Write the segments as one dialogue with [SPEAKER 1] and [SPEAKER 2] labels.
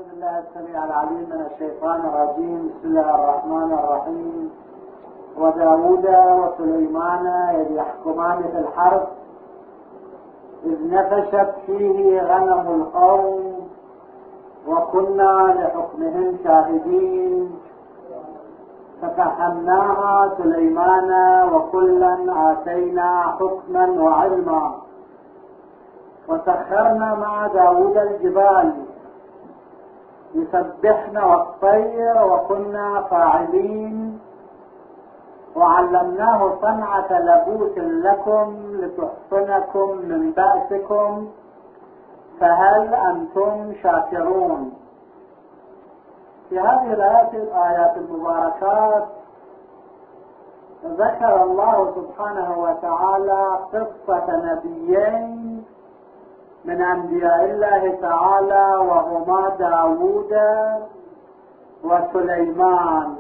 [SPEAKER 1] أعوذ بالله السميع العليم من الشيطان الرجيم. بسم الله الرحمن الرحيم. وداود وسليمان إذ يحكمان في الحرث إذ نفشت فيه غنم القوم وكنا لحكمهم شاهدين ففهمناها سليمان وكلا آتينا حكما وعلما وسخرنا مع داود الجبال يسبحن والطير وكنا فاعلين وعلمناه صنعة لبوس لكم لتحصنكم من بأسكم فهل أنتم شاكرون. في هذه الآيات المباركات ذكر الله سبحانه وتعالى قصة نبيين من أنبياء الله تعالى وهما داود وسليمان.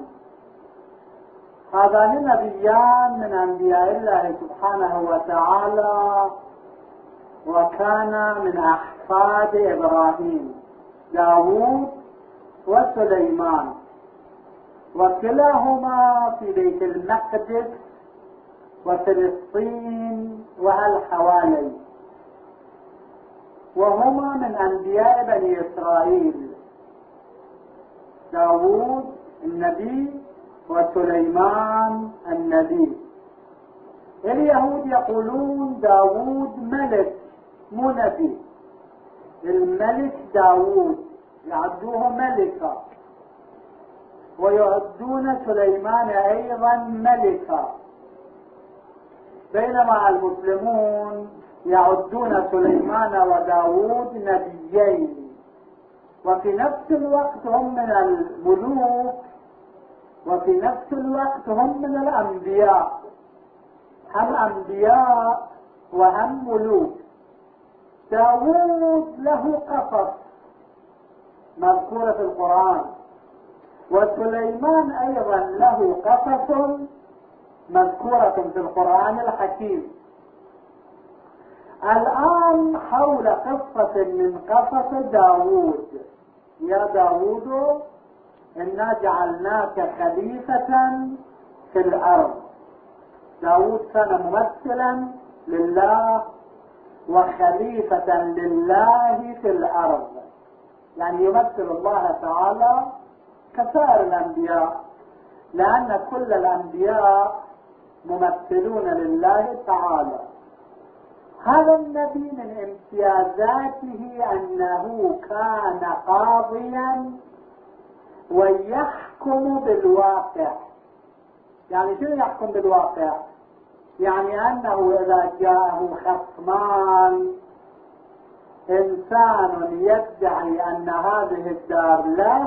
[SPEAKER 1] هذان النبيان من أنبياء الله سبحانه وتعالى وكان من أحفاد إبراهيم داود وسليمان، وكلاهما في بيت المقدس وفلسطين وهالحوالي، وهما من أنبياء بني إسرائيل، داود النبي وسليمان النبي. اليهود يقولون داود ملك مو نبي، الملك داود يعدوه ملكا، ويعدون سليمان أيضا ملكا، بينما المسلمون يعدون سليمان وداود نبيين، وفي نفس الوقت هم من الملوك وفي نفس الوقت هم من الأنبياء، هم أنبياء وهم ملوك. داود له قصص مذكورة في القرآن، وسليمان أيضا له قصص مذكورة في القرآن الحكيم. الآن حول قصة من قصص داود. يا داود إنا جعلناك خليفة في الأرض. داود كان ممثلا لله وخليفة لله في الأرض، يعني يمثل الله تعالى كسائر الأنبياء، لأن كل الأنبياء ممثلون لله تعالى. هذا النبي من امتيازاته أنه كان قاضيا ويحكم بالواقع. يعني شنو يحكم بالواقع؟ يعني أنه إذا جاءه خصمان، إنسان يدعي أن هذه الدار له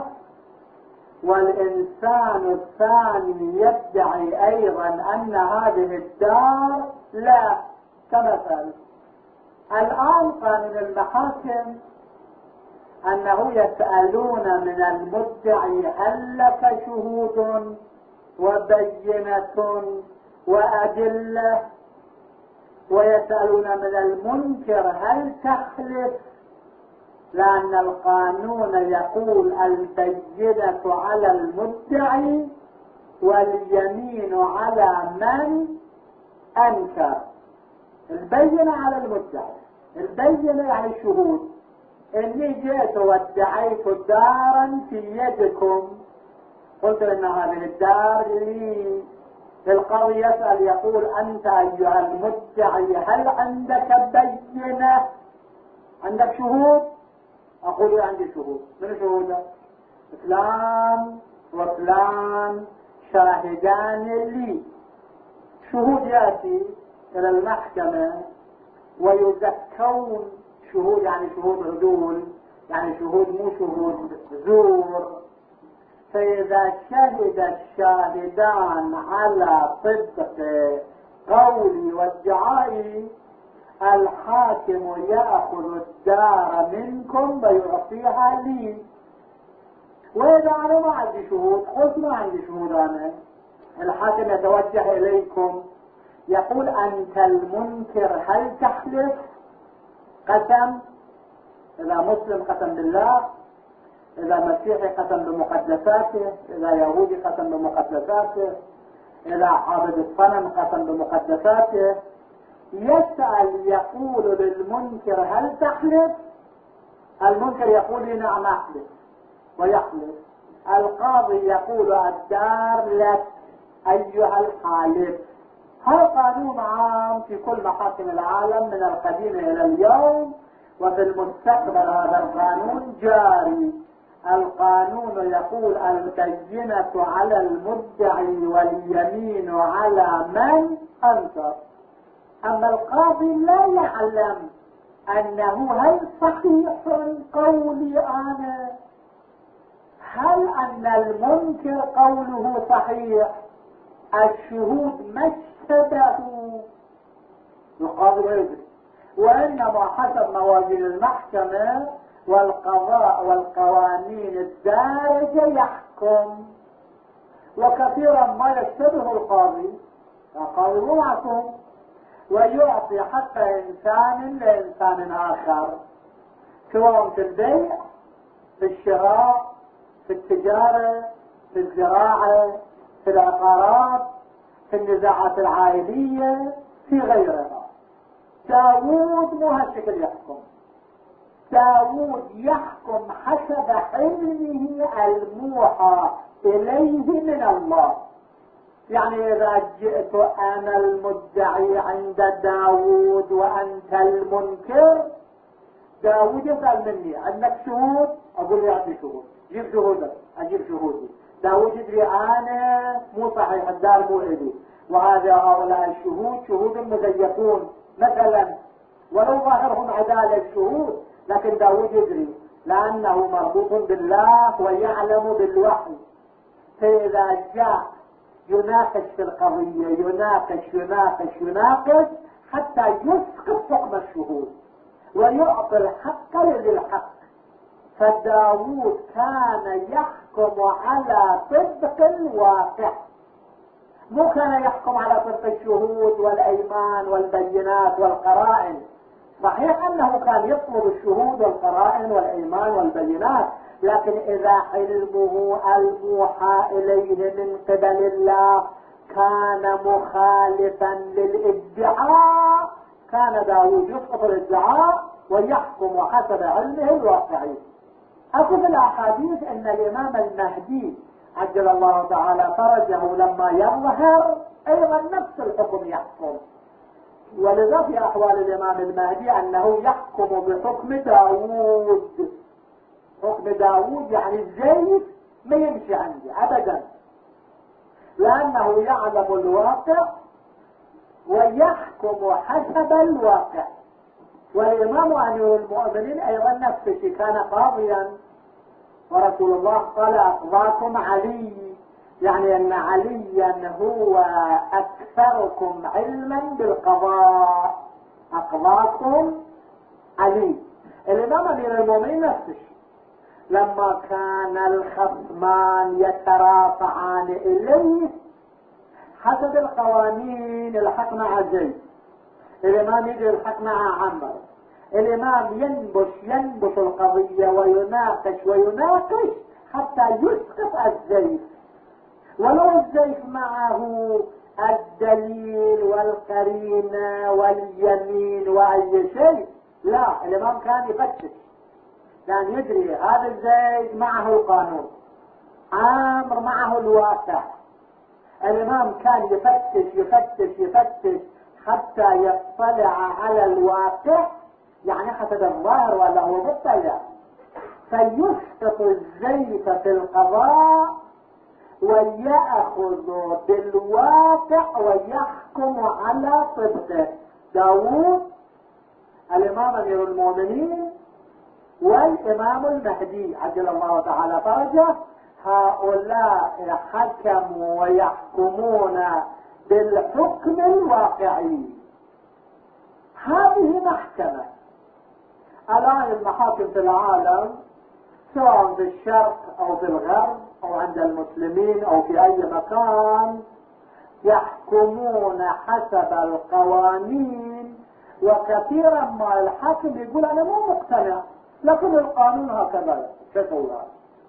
[SPEAKER 1] والإنسان الثاني يدعي أيضا أن هذه الدار لا، كمثل الآن قانون المحاكم أنه يسألون من المدعي هل لك شهود وبينة وأدلة، ويسألون من المنكر هل تخلف، لأن القانون يقول البينة على المدعي واليمين على من أنكر. البينة على المدعي، البينة يعني الشهود. إني جئت وادعيت دارا في يدكم، قلت إن هذه الدار لي، القاضي يسأل يقول أنت أيها المدعي هل عندك بينة؟ عندك شهود؟ أقول عندي شهود. من شهوده؟ فلان وفلان شاهدان لي. شهود يأتي إلى المحكمة ويزكون شهود، يعني شهود عدول، يعني شهود مو شهود زور. فإذا شهد الشاهدان على صدق قولي وادعائي الحاكم يأخذ الدار منكم ويعطيها لي. وإذا أنا ما عندي شهود، قلت ما عندي شهود أنا، الحاكم يتوجه إليكم يقول أنت المنكر هل تحلف؟ قسم، إذا مسلم قسم بالله، إذا مسيحي قسم بمقدساته، إذا يهودي قسم بمقدساته، إذا عابد الصنم قسم بمقدساته. يسأل يقول للمنكر هل تحلف؟ المنكر يقول نعم أحلف ويحلف. القاضي يقول الدار لك أيها الحالف. هذا قانون عام في كل محاكم العالم من القديم إلى اليوم، وفي المستقبل هذا القانون جاري. القانون يقول البينة على المدعي واليمين على من أنكر. أما القاضي لا يعلم أنه هل صحيح قولي أنا، هل أن المنكر قوله صحيح، الشهود ما اشتبهوا، القاضي ما يدري، وإنما حسب موازين المحكمة والقضاء والقوانين الدارجة يحكم. وكثيرا ما يشتبه القاضي مو معصوم، ويعطي حق إنسان لإنسان آخر، سواء في البيع، في الشراء، في التجارة، في الزراعة، في العقارات، في النزاعات العائلية، في غيرها. داود مو هالشكل يحكم. داود يحكم حسب علمه الموحى إليه من الله. يعني إذا جئت أنا المدعي عند داود وأنت المنكر، داود يسأل مني عندك شهود؟ أقول له عندي شهود. جيب شهودك. أجيب شهودي. داود يدري أنا مو صحيح، الدار مو إلي، وهذا هؤلاء الشهود شهود مزيفون مثلا، ولو ظاهرهم عدالة الشهود، لكن داود يدري لأنه مربوط بالله ويعلم بالوحي. فإذا جاء يناقش في القضية، يناقش حتى يسقط حكم الشهود ويعطي الحق لذي الحق. فداود كان يحكم على طبق الواقع، مو كان يحكم على طبق الشهود والأيمان والبينات والقرائن. صحيح أنه كان يطلب الشهود والقرائن والأيمان والبينات، لكن إذا علمه الموحى إليه من قبل الله كان مخالفا للادعاء، كان داود يسقط الادعاء ويحكم حسب علمه الواقعي. أقول في الأحاديث أن الإمام المهدي عجل الله تعالى فرجه لما يظهر أيضا نفس الحكم يحكم. ولذا في أحوال الإمام المهدي أنه يحكم بحكم داود. حكم داود يعني الزيت ما يمشي عندي أبدا، لأنه يعلم الواقع ويحكم حسب الواقع. والإمام أمير المؤمنين أيضا نفس الشيء، كان قاضيا، ورسول الله قال أقضاكم علي، يعني أن عليا هو أكثركم علما بالقضاء. أقضاكم علي. الإمام أمير المؤمنين نفس الشيء، لما كان الخصمان يترافعان إليه حسب القوانين، الحق مع زيد، الإمام يجي الحق مع عمرو، الإمام ينبش القضية ويناقش حتى يسقط الزيف، ولو الزيف معه الدليل والقرينة واليمين وأي شيء، لا، الإمام كان يفتش، كان يدري هذا الزيد معه القانون، عامر معه الواقع. الإمام كان يفتش حتى يطلع على الواقع، يعني حسب الظاهر ولا هو مطلع، فيسقط الزيف في القضاء ويأخذ بالواقع ويحكم على طبقه. داود، الإمام أمير المؤمنين، والإمام المهدي عجل الله تعالى فرجه، هؤلاء حكموا ويحكمون بالحكم الواقعي. هذه محكمة. الآن المحاكم في العالم سواء في الشرق أو في الغرب أو عند المسلمين أو في أي مكان يحكمون حسب القوانين، وكثيرا ما الحاكم يقول أنا مو مقتنع، لكن القانون هكذا شكوى.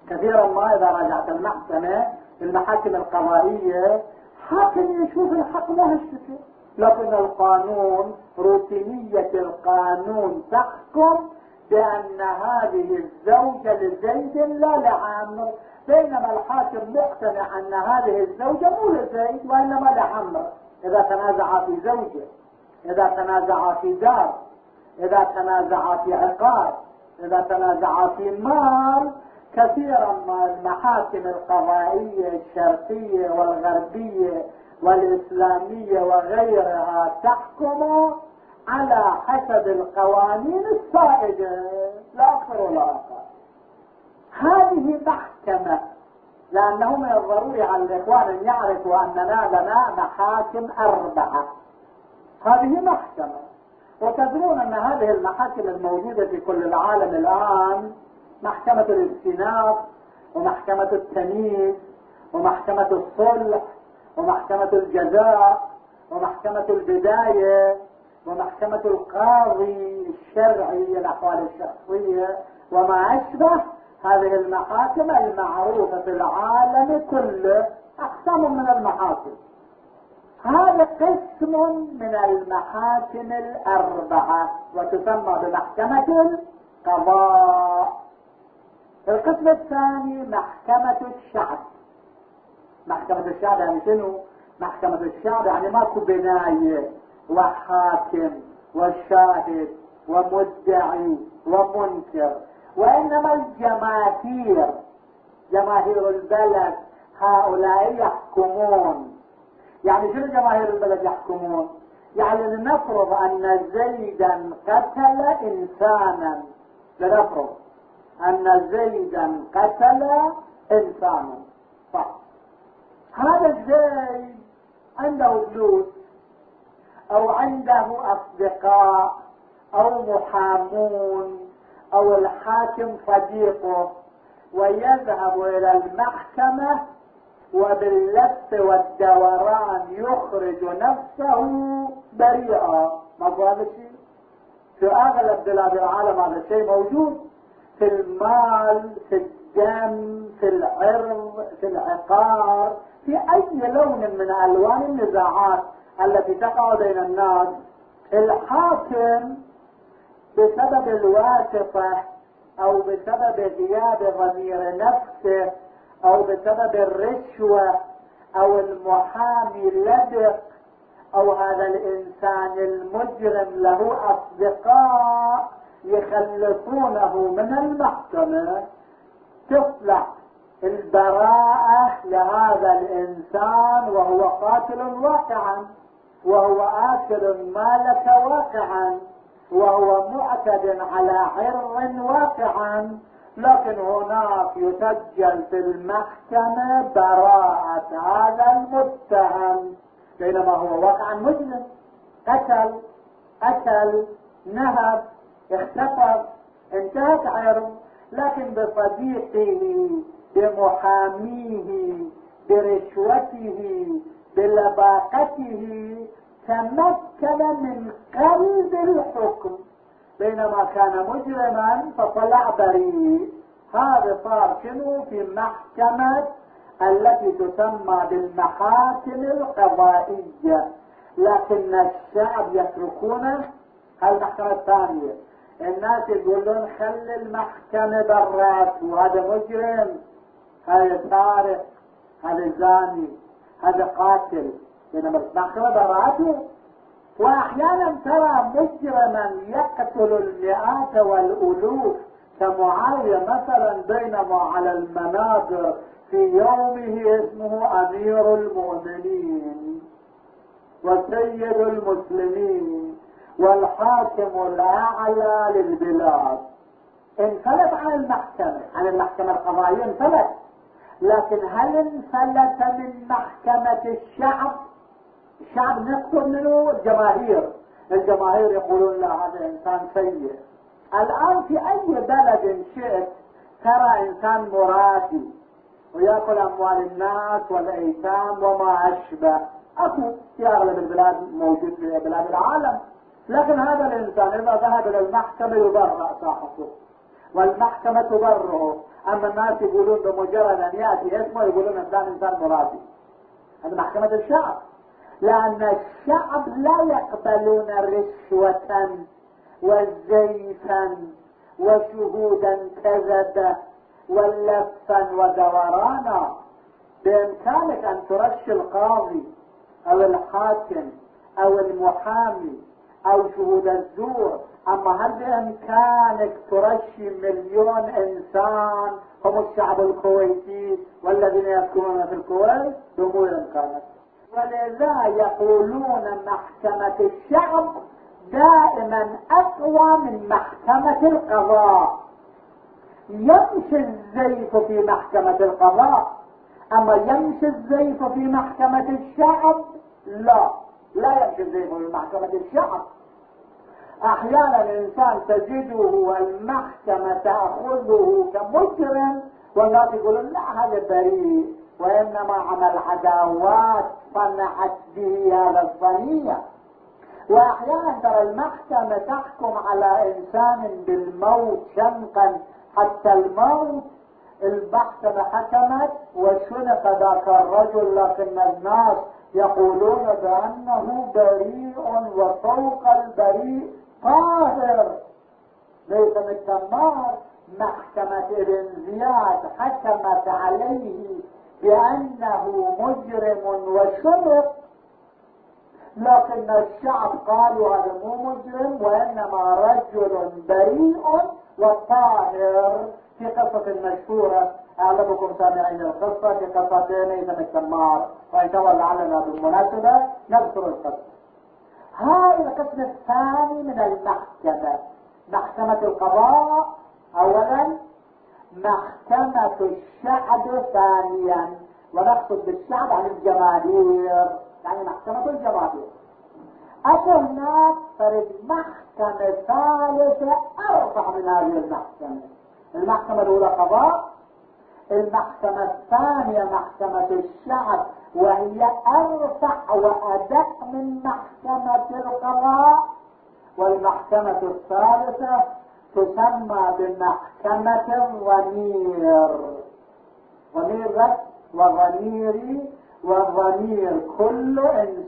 [SPEAKER 1] كثيرا ما اذا راجعت المحكمة المحاكم القضائية حاكم يشوف الحق ما هالشكل، لكن القانون روتينية القانون تحكم بأن هذه الزوجة لزيد لا لعمر، بينما الحاكم مقتنع أن هذه الزوجة مو لزيد وإنما لعمر. إذا تنازع في زوجة، إذا تنازع في دار، إذا تنازع في عقار، إذا تنازع في مال، كثيرا ما المحاكم القضائية الشرقية والغربية والإسلامية وغيرها تحكم على حسب القوانين السائدة لا أكثر ولا أقل. هذه محكمة، لأنه من الضروري على الإخوان أن يعرفوا أننا لنا محاكم 4. هذه محكمة، وتدرون أن هذه المحاكم الموجودة في كل العالم الآن محكمة الاستئناف ومحكمة التمييز ومحكمة الصلح ومحكمة الجزاء ومحكمة البداية ومحكمة القاضي الشرعي الأحوال الشخصية وما أشبه. هذه المحاكم المعروفة في العالم كله أقسام من المحاكم. هذا قسم من المحاكم 4 وتسمى بمحكمة القضاء. القسم الثاني محكمة الشعب. محكمة الشعب يعني شنو؟ محكمة الشعب يعني ماكو بناية وحاكم وشاهد ومدعي ومنكر، وإنما الجماهير، جماهير البلد هؤلاء يحكمون. يعني شنو جماهير البلد يحكمون؟ يعني لنفرض أن زيدا قتل إنسانا، لنفرض أن زيدا قتل إنسانا، صح. هذا الزيد عنده فلوس أو عنده أصدقاء أو محامون أو الحاكم صديقه، ويذهب إلى المحكمة وباللف والدوران يخرج نفسه بريئا. ما هذا الشيء في أغلب بلاد العالم، هذا الشيء موجود في المال، في الدم، في العرض، في العقار، في أي لون من ألوان النزاعات التي تقع بين الناس. الحاكم بسبب الواسطة أو بسبب غياب ضمير نفسه أو بسبب الرشوة أو المحامي لدق أو هذا الإنسان المجرم له أصدقاء يخلصونه من المحكمة، تصلح البراءة لهذا الإنسان وهو قاتل واقعا، وهو آكل مالك واقعا، وهو معتد على عرض واقعا، لكن هناك يسجل في المحكمة براءة هذا المتهم، بينما هو واقعا مجرم، قتل، أكل، نهب، اختطف، انتهت عرض، لكن بصديقه، بمحاميه، برشوته، بلباقته تمكن من قلب الحكم، بينما كان مجرما فطلع بريء. هذا صار شنو في محكمة التي تسمى بالمحاكم القضائية، لكن الشعب يتركونه. المحكمة الثانية الناس يقولون خلي المحكمة برات، وهذا مجرم، هذا سارق، هذا زاني، هذا قاتل، بينما المحكمة براته. واحيانا ترى مجرما يقتل المئات والالوف كمعاوية مثلا، بينما على المنابر في يومه اسمه امير المؤمنين وسيد المسلمين والحاكم الاعلى للبلاد. انفلت عن المحكمة، عن المحكمة القضائية انفلت، لكن هل انفلت من محكمة الشعب؟ الشعب نقصد منه الجماهير، الجماهير يقولون لا هذا انسان سيء. الان في اي بلد شئت ترى انسان مرادي ويأكل اموال الناس والايتام وما اشبه، اكو في اغلب البلاد، موجود في بلاد العالم، لكن هذا الانسان اذا ذهب الى المحكمة يبرأ ساحته. والمحكمة تبرره. اما الناس يقولون بمجرد ان يأتي اسمه يقولون فلان انسان مرابي. هذه محكمة الشعب، لان الشعب لا يقبلون رشوة وزيفا وشهودا كذبا ولفا ودورانا. بامكانك ان ترشي القاضي او الحاكم او المحامي او شهود الزور، اما هل بامكانك ترشي مليون انسان هم الشعب الكويتي والذين يسكنون في الكويت؟ بمو امكانك. ولذا يقولون محكمة الشعب دائما اقوى من محكمة القضاء. يمشي الزيف في محكمة القضاء، اما يمشي الزيف في محكمة الشعب لا يمشي الزيف في محكمة الشعب. احيانا الانسان تجده المحكمة تأخذه كمجرم والناس يقولون لا هذا بريء، وانما عمل عداوات صنعت به هذا الصنيع. واحيانا ترى المحكمة تحكم على انسان بالموت شنقا حتى الموت. المحكمة حكمت وشنق ذاك الرجل، لكن الناس يقولون بأنه بريء وفوق البريء طاهر. ليس التمار محكمة ابن زياد حكمت عليه بأنه مجرم وشنق، لكن الشعب قالوا هذا مو مجرم وإنما رجل بريء وطاهر. في قصة مشهورة أعلمكم سامعين القصة، في قصتين إذا التمار، وإن شاء الله لعلنا بالمناسبة نذكر القصة. هذا القسم الثاني من المحكمة، محكمة القضاء أولا، محكمة الشعب ثانيا. ونقصد بالشعب عن الجماهير، يعني محكمة الجماهير. أكو هناك فرد محكمة ثالثة أرفع من هذه المحكمة. المحكمة الأولى قضاء، المحكمة الثانية محكمة الشعب وهي أرفع وأدق من محكمة القضاء، والمحكمة الثالثة تسمى بمحكمة الضمير. ضمير وضميري، والضمير كل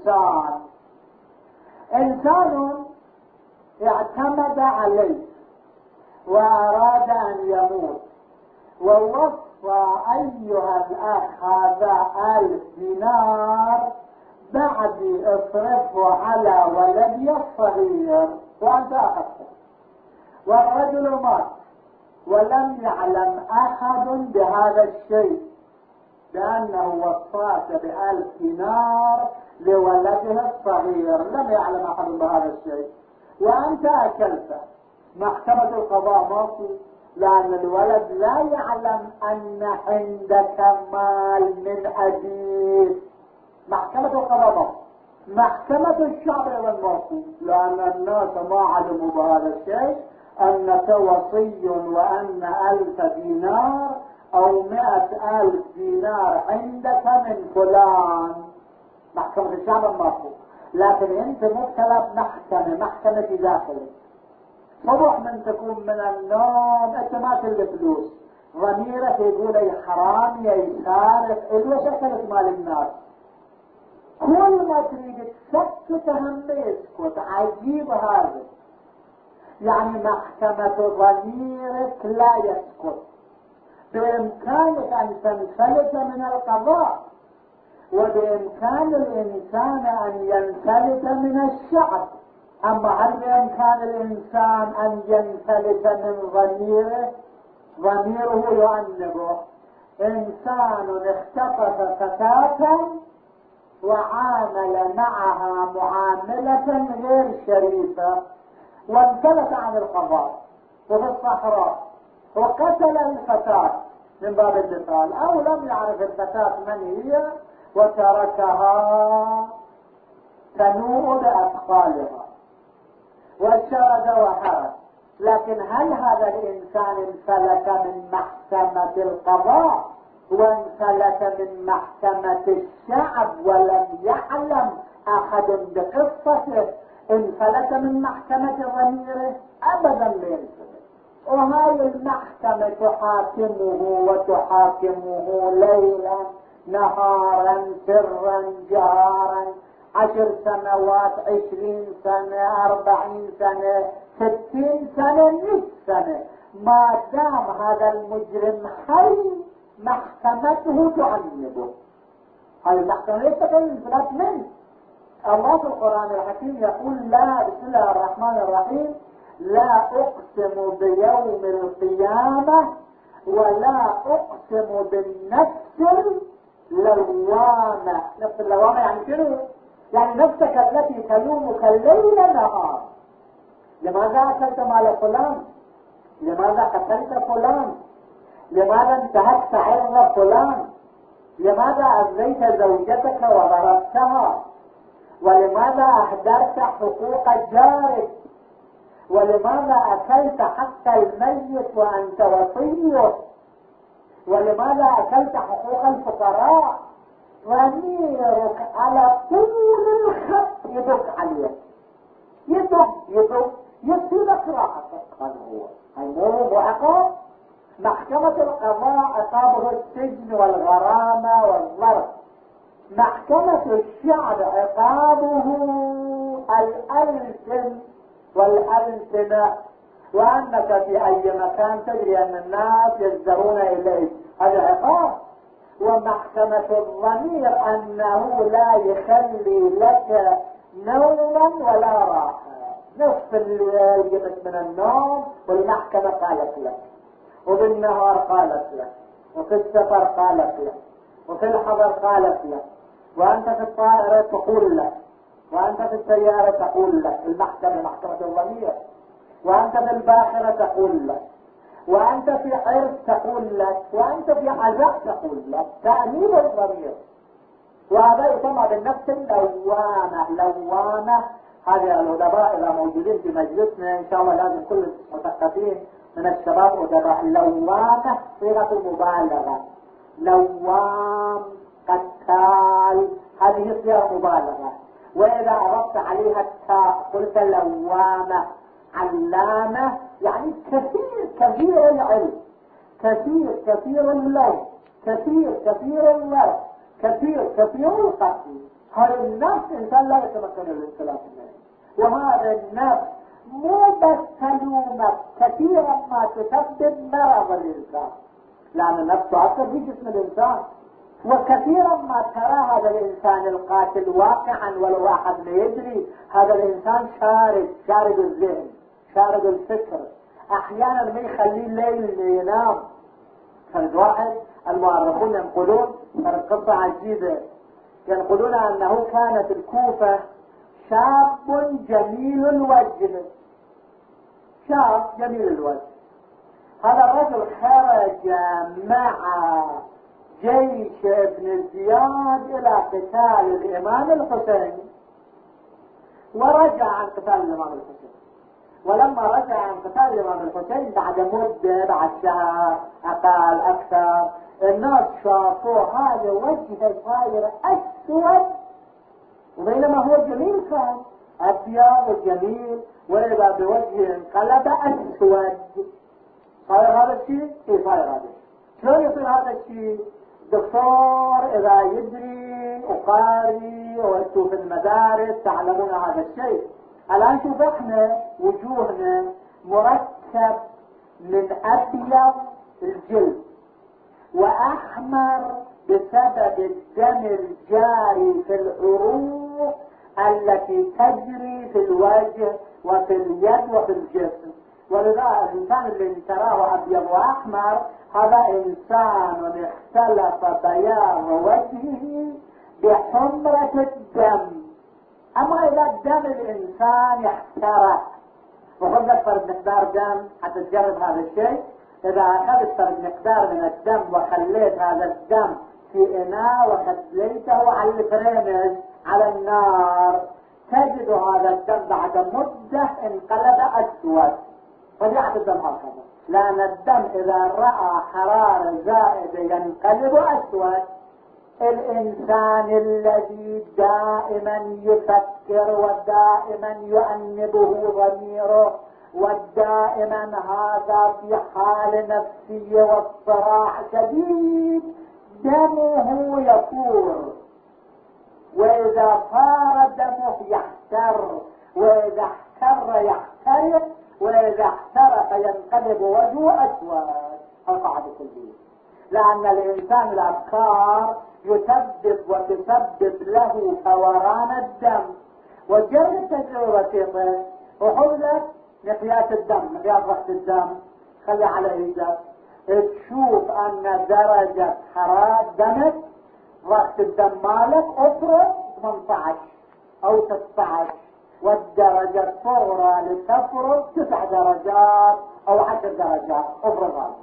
[SPEAKER 1] إنسان اعتمد عليه وأراد أن يموت ووصى أيها الأخ هذا 1000 دينار بعد اصرفه على ولدي الصغير وأنت أخذته، والرجل مات ولم يعلم أحد بهذا الشيء لأنه وصاك ب1000 دينار لولده الصغير، لم يعلم أحد بهذا الشيء وأنت أكلته. محكمة القضاء ماكو، لأن الولد لا يعلم أن عندك مال من أبيك. محكمة القضاء ماكو. محكمة الشعب أيضا ماكو، لأن الناس ما علموا بهذا الشيء، أنك وصي وأن 1000 دينار أو 100,000 دينار عندك من فلان. محكمة الشعب ماكو، لكن أنت مبتلى بمحكمة في داخلك. صبح من تكون من النوم انت ما تلقى فلوس، ضميرك يقول اي حرام يا سارق الوش اكلت مال الناس. كل ما تريد تسكت هم يسكت. عجيب هذا، يعني محكمة ضميرك لا يسكت. بامكانك ان تنفلت من القضاء، وبامكان الانسان ان ينفلت من الشعب. اما هل بامكان الانسان ان ينفلت من ضميره؟ ضميره يؤنبه. انسان اختطف فتاة وعامل معها معاملة غير شريفة وانفلت عن القضاء وفي الصحراء وقتل الفتاة من باب المثال، او لم يعرف الفتاة من هي وتركها تنوء باثقالها وشرد وهرب. لكن هل هذا الانسان انفلت من محكمة القضاء وانفلت من محكمة الشعب ولم يعلم احد بقصته؟ انفلت من محكمة ضميره؟ ابدا لا ينفلت. وهاي المحكمة تحاكمه وتحاكمه ليلا نهارا سرا جهارا 10 سنوات 20 سنة 40 سنة 60 سنة 100 سنة. ما دام هذا المجرم حي محكمته تعنبه. هاي المحكمة يستقل الانفلات منه. الله في القرآن الحكيم يقول لا، بسم الله الرحمن الرحيم، لا أقسم بيوم القيامة ولا أقسم بالنفس اللوامة. نفس اللوامة يعني شنو؟ يعني نفسك التي تلومك الليل نهار. لماذا أكلت مال فلان؟ لماذا قتلت فلان؟ لماذا انتهكت عرض فلان؟ لماذا أذيت زوجتك وضربتها؟ ولماذا أهدرت حقوق جارك؟ ولماذا أكلت حق الميت وأنت وصيه؟ ولماذا أكلت حقوق الفقراء؟ ضميرك على طول الخط يدق عليك، يدق يصيبك راحتك. هذا هو هيموت وعقاب. محكمة القضاء عقابه السجن والغرامة والضرب. محكمة الشعب عقابه الألسن والألسنة، وأنك في أي مكان تدري أن الناس يزدرون إليك، هذا عقاب. ومحكمة الضمير أنه لا يخلي لك نوما ولا راحة. نصف الليل جبت من النوم والمحكمة قالت لك، وبالنهار قالت لك، وفي السفر قالت لك، وفي الحضر قالت لك، وأنت في الطائرة تقول لك، وأنت في السيارة تقول لك. المحكمة محكمة الضمير. وأنت في الباخرة تقول لك، وأنت في عرس تقول لك، وأنت في عزاء تقول لك. تأنيب الضمير. وهذا يسمى بالنفس اللوامة. لوامة. هذه الأدباء إذا موجودين في مجلسنا إن شاء الله لازم كل المثقفين من الشباب أدباء. اللوامة صيغة مبالغة. لوام، قتال، هذه صيغة مبالغة. وإذا أضفت عليها التاء قلت لوامة. علامة يعني كثير العلم، كثير اللوم، كثير الورع، كثير القتل. هذا النفس إنسان لا يتمكن الانسلاخ منه. وهذا النفس مو بس تلومك، كثيرا ما تسبب مرض الإنسان، لأن النفس تؤثر في جسم الإنسان. وكثيرا ما ترى هذا الإنسان القاتل واقعا ولو أحد ما يدري، هذا الإنسان شارد الذهن، شارد الفكر، أحيانا ما يخليه الليل ينام. فرد واحد المؤرخون ينقلون قصة عجيبة، ينقلون أنه كان في الكوفة شاب جميل الوجه، شاب جميل الوجه. هذا الرجل خرج مع جيش ابن زياد إلى قتال الإمام الحسين، ورجع عن قتال الإمام الحسين. ولما رجع عن قتال الإمام الحسين بعد مدة، بعد شهر أقل أكثر، الناس شافوا هذا وجهه صاير أسود، وبينما هو جميل كان أبيض وجميل، وإذا بوجهه انقلب أسود. صاير هذا الشيء؟ إيه صاير هذا الشيء. شلون يصير هذا الشيء؟ دكتور إذا يدري وقاري وأنتم في المدارس تعلمون هذا الشيء. الآن شوف احنا وجوهنا مركب من أبيض الجلد وأحمر بسبب الدم الجاري في العروق التي تجري في الوجه وفي اليد وفي الجسم. ولذا الإنسان اللي تراه أبيض وأحمر هذا إنسان اختلف بياض وجهه بحمرة الدم. أما إذا دم الإنسان احترق، وخذ لك فرد مقدار دم حتى تجرب هذا الشيء. إذا أخذت فرد مقدار من الدم وخليت هذا الدم في إناء وخليته على الفريمز على النار، تجد هذا الدم بعد مدة انقلب أسود. طبيعة الدم هكذا، لأن الدم إذا رأى حرارة زائدة ينقلب أسود. الإنسان الذي دائما يفكر ودائما يؤنبه ضميره ودائما هذا في حال نفسية واضطراع شديد، دمه يفور، وإذا فار دمه يحتر، وإذا احتر يحترق، وإذا احترق ينقلب وجهه أسود. القاعدة كلية، لأن الإنسان الأفكار يسبب وتسبب له فوران الدم. وجرب تجربة بسيطة، وحولك مقياس الدم، مقياس ضغط الدم، خلي على ايدك، تشوف ان درجة حرارة دمك، ضغط الدم مالك افرض 18 او 16، والدرجة الصغرى لتفرض 9 درجات او 10 درجات، افرض هذا.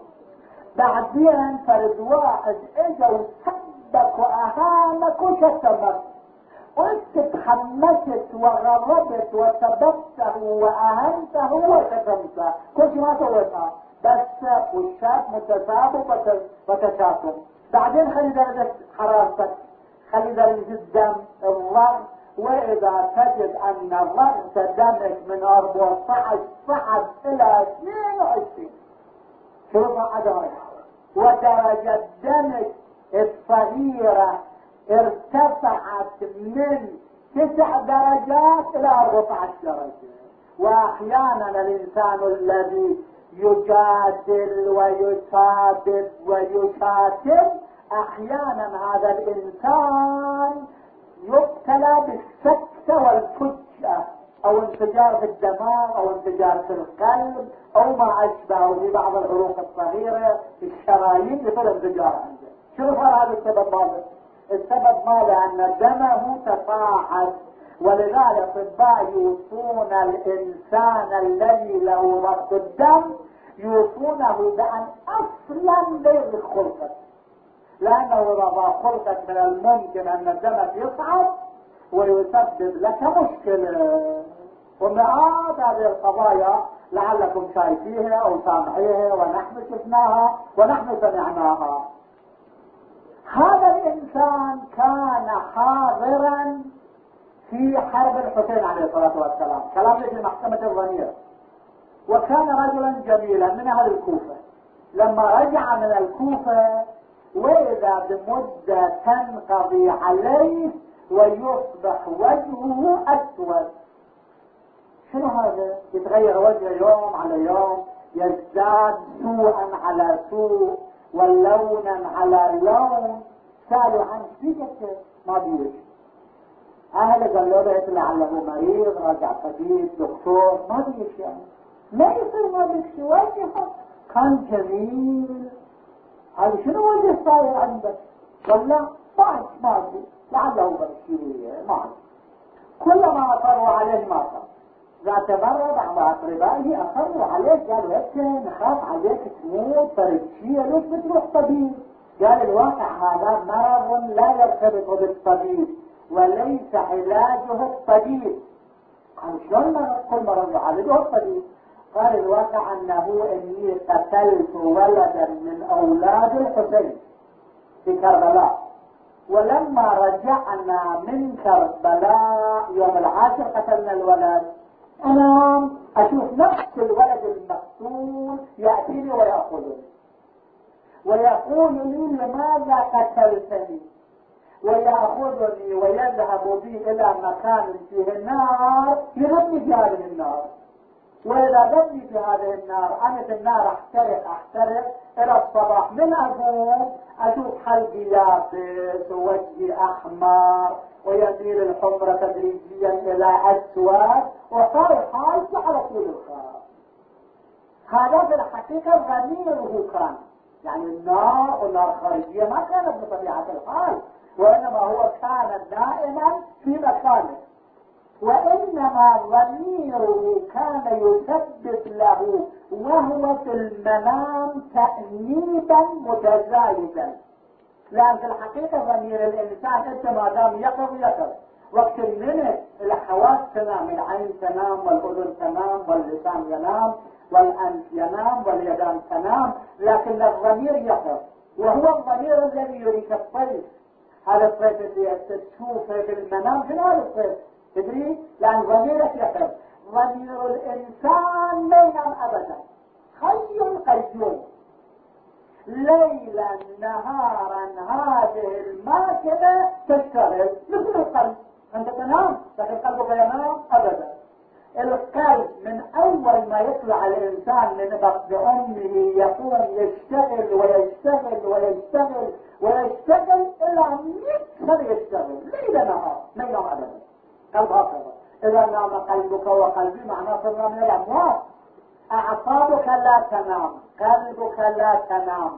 [SPEAKER 1] بعدين فرد واحد اجا وسبك واهانك وشتمك، وانت تحمست وغضبت وسببته واهنته وشتمته، كل شيء ما سويتها، بس والشاب متسابق وتشاتم. بعدين خلي درجة حرارتك، خلي درجة الدم، الضغط، واذا تجد ان ضغط دمك من 14 صعد الى 22، شوف عدوك، ودرجة دمك الصغيرة ارتفعت من 9 درجات الى 14 درجة. واحيانا الانسان الذي يجادل ويسابق ويشاتم، احيانا هذا الانسان يبتلى بالسكتة والفجأة، او انفجار في الدماغ، او انفجار في القلب، او ما اشبهه في بعض العروق الصغيرة في الشرايين يصير انفجار عنده. شنو صار هذا السبب ماله؟ السبب ماله ان دمه تصاعد. ولذلك الاطباء يوصون الانسان الذي له ضغط الدم، يوصونه بان اصلا ليس خلقك، لانه اذا خلقك من الممكن ان دمك يصعد ويسبب لك مشكلة. ومئات هذه القضايا لعلكم شايفيها او سامعيها، ونحن شفناها ونحن سمعناها. هذا الانسان كان حاضرا في حرب الحسين عليه الصلاة والسلام، كلام في محكمة الضمير، وكان رجلا جميلا من اهل الكوفة. لما رجع من الكوفة واذا بمدة تنقضي عليه ويصبح وجهه اسود. شنو هذا؟ يتغير وجهه يوم على يوم، يزداد سوءا على سوء ولونا على لون. سألوا عن شيء ما بيش، اهله قالوا له لعله مريض، راجع طبيب دكتور، ما بيش يعني ما يصير، ما بيش وجهه كان جميل. هذا شنو وجه صاير عندك؟ قال لا ما ادري، لعله برشيه ما ادري. كلما اصروا عليه ما صار. ذات مرة بعض أقربائه أصروا عليه، قالوا هيك نخاف عليك تموت فرشيه، ليش بتروح طبيب؟ قال الواقع هذا مرض لا يرتبط بالطبيب وليس علاجه الطبيب. قال شلون مرض؟ كل مرض يعالجه الطبيب. قال الواقع انه اني قتلت ولدا من اولاد الحسين في كربلاء، ولما رجعنا من كربلاء يوم العاشر قتلنا الولد، انا اشوف نفس الولد المقتول يأتيني ويأخذني ويقول لي لماذا قتلتني، ويأخذني ويذهب بي الى مكان فيه النار، يرمي في هذه النار، واذا رمي في هذه النار انا في النار احترق الى الصباح. من اقوم اشوف حلقي يابس ووجهي احمر ويميل الحمرة تدريجيا الى اسود، وصار الحال على طول الخير. هذا في الحقيقة ضميره كان، يعني النار والنار خارجية ما كانت بطبيعة الحال، وإنما هو كان دائما في مكانه، وإنما ضميره كان يسبب له وهو في المنام تأنيبا متزايدا. لأن في الحقيقة ضمير الإنسان أنت ما دام يقظ، وقت منه الحواس تنام، العين تنام والأذن تنام واللسان ينام والأنف ينام واليدان تنام، لكن الضمير يقظ، وهو الضمير الذي يريك الطيف. هذا الطيف اللي تشوفه في المنام، شنو هذا الطيف؟ تدري؟ لأن ضميرك يقظ. ضمير الانسان لا ينام ابدا، حي قيوم، ليلا نهارا هذه الماكنة تشتغل مثل القلب. انت تنام لكن قلبك ينام ابدا. القلب من اول ما يطلع الانسان من بطن امه يقوم يشتغل ويشتغل ويشتغل ويشتغل الى 100 سنة يشتغل ليل نهار ما ينام ابدا. قلب هكذا. اذا نام قلبك وقلبي معناه صرنا من الاموات. اعصابك لا تنام، قلبك لا تنام،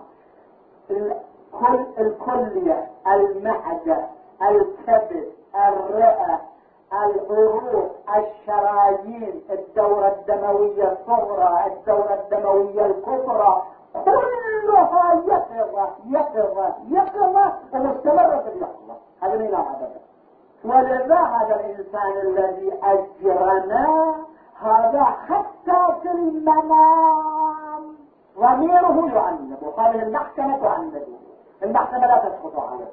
[SPEAKER 1] الكلية، المعدة، الكبد، الرئة، العروق، الشرايين، الدورة الدموية الصغرى، الدورة الدموية الكبرى، كلها يقظة ومستمرة في اليقظة. هذا من العبادة. ولذا هذا الإنسان الذي أجرنا هذا حتى في المنام ضميره يعنب، وقال المحكمة تعنبه، المحكمة لا تسقط عليه.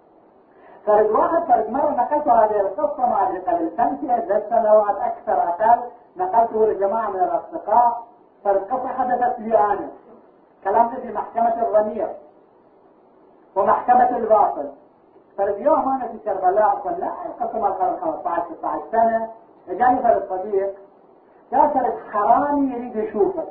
[SPEAKER 1] فرد واحد فرد مرة نقلت هذه القصة ما أدري قبل 5 سنوات أكثر أقل، نقلته لجماعة من الأصدقاء. فرد قصة حدثت لي أنا، كلامنا في محكمة الضمير ومحكمة الباطل. فرد يوم أنا في كربلاء قلنا القصة ما قبل 15-16 سنة، جاني فرد صديق قال فرد حرامي يريد يشوفك.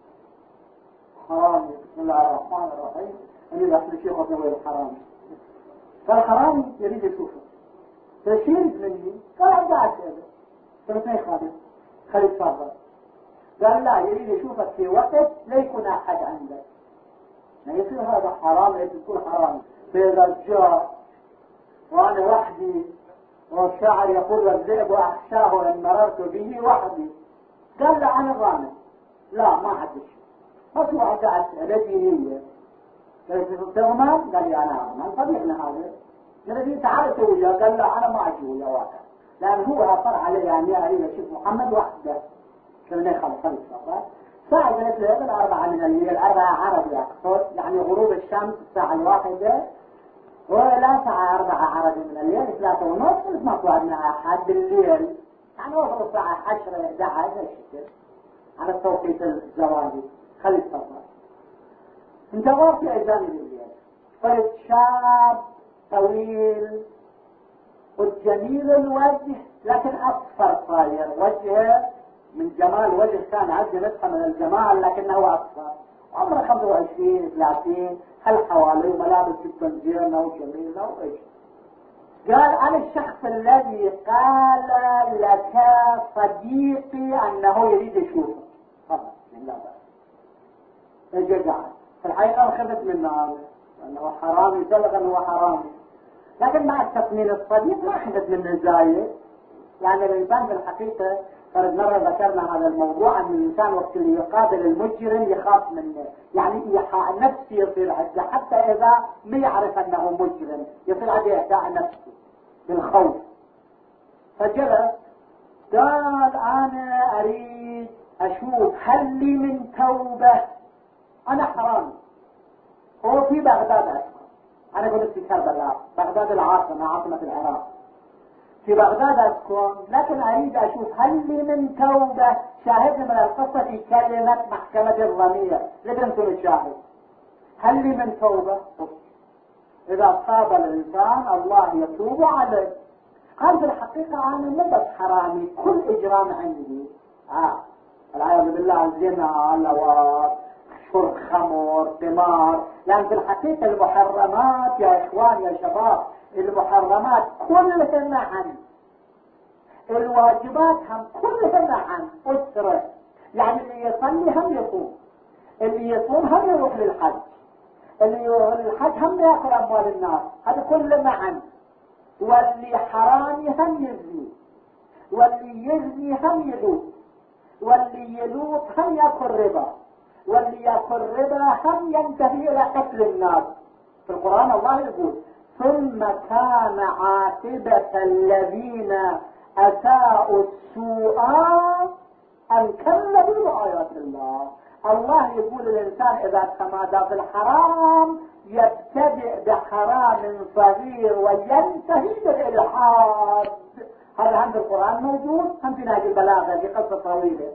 [SPEAKER 1] حرامي بسم الله الرحمن الرحيم، أنا أحلى شيء قصوي الحرامي. فالحرامي يريد يشوفه، فشيرد مني قال عبد عسير سنتين خالد صبر قال لا يريد يشوفك في وقت لا يكون أحد عندك، ما يصير هذا حرام يكون حرامي. فإذا جاء وأنا وحدي والشاعر يقول والذئب أخشاه إن مررت به وحدي، قال لا أنا ضامن، لا ما حدش ما في واحد عسير الذي هي تغمان. قال لي أنا أغمان صديقنا هذا الذي تعال وياه. قال لا أنا ما أجي وياه واحد، لأن هو أصر علي يعني أريد أشوف محمد وحده. كنا يخلص الصلاة ساعة قلت له 4 من الليل، 4 عربي أقصد، يعني غروب الشمس الساعة 1 ولا ساعة 4 عربي من الليل 3:30 ما توعدنا أحد بالليل، يعني وصل الساعة 10-11 الشكل على التوقيت الزواجي. خلي الصلاة انتظر في أجانب الليل. فرد شاب طويل والجميل الوجه لكن أصفر صاير وجهه، من جمال وجه كان عندي نسخة من الجمال لكنه أصفر، عمره 25-30، هل حواليه ملابس جدا زينة وجميلة وإيش. قال أنا الشخص الذي قال لك صديقي أنه يريد يشوفه. خلاص لا بأس. اجى قاعد في الحقيقة خفت منه أنه حرامي، سبق أنه حرامي، لكن مع التقنين الصديق ما خفت منه زايد. يعني الإنسان في الحقيقة فرد مرة ذكرنا هذا الموضوع أن الإنسان وقت اللي يقابل المجرم يخاف منه، يعني إيحاء نفسي يصير عنده حتى إذا ما يعرف أنه مجرم، يصير عنده إيحاء نفسي بالخوف. فجلس قال أنا أريد أشوف هل لي من توبة، أنا حرامي هو في بغداد أسكن، أنا قلت في كربلاء بغداد العاصمة، عاصمة العراق، في بغداد أسكن، لكن أريد أشوف هل لي من توبة. شاهدنا من القصة في كلمة محكمة الضمير لبنتم الشاهد، هل لي من توبة؟ إذا صاب الإنسان الله يتوب عليه. قال في الحقيقة أنا مو بس حرامي، كل إجرام عندي العياذ بالله، الزنا، اللواط، شرب خمر، قمار. لأن في الحقيقة المحرمات يا إخوان يا شباب، المحرمات كلها معا، الواجبات هم كلها معا أسرة. يعني اللي يصلي هم يصوم، اللي يصوم هم يروح للحج، اللي يروح للحج هم يأكل أموال الناس، هذا كله معا. واللي حرامي هم يزني، واللي يزني هم يلوط، واللي يلوط هم يأكل ربا، واللي يأكل ربا هم ينتهي إلى قتل الناس. في القرآن الله يقول ثم كان عاقبة الذين أساءوا السوء أن كذبوا بآيات الله. الله يقول الإنسان إذا تمادى في الحرام يبتدئ بحرام صغير وينتهي بالإلحاد، هذا عند القرآن موجود، هم في نهج البلاغة في قصة طويلة.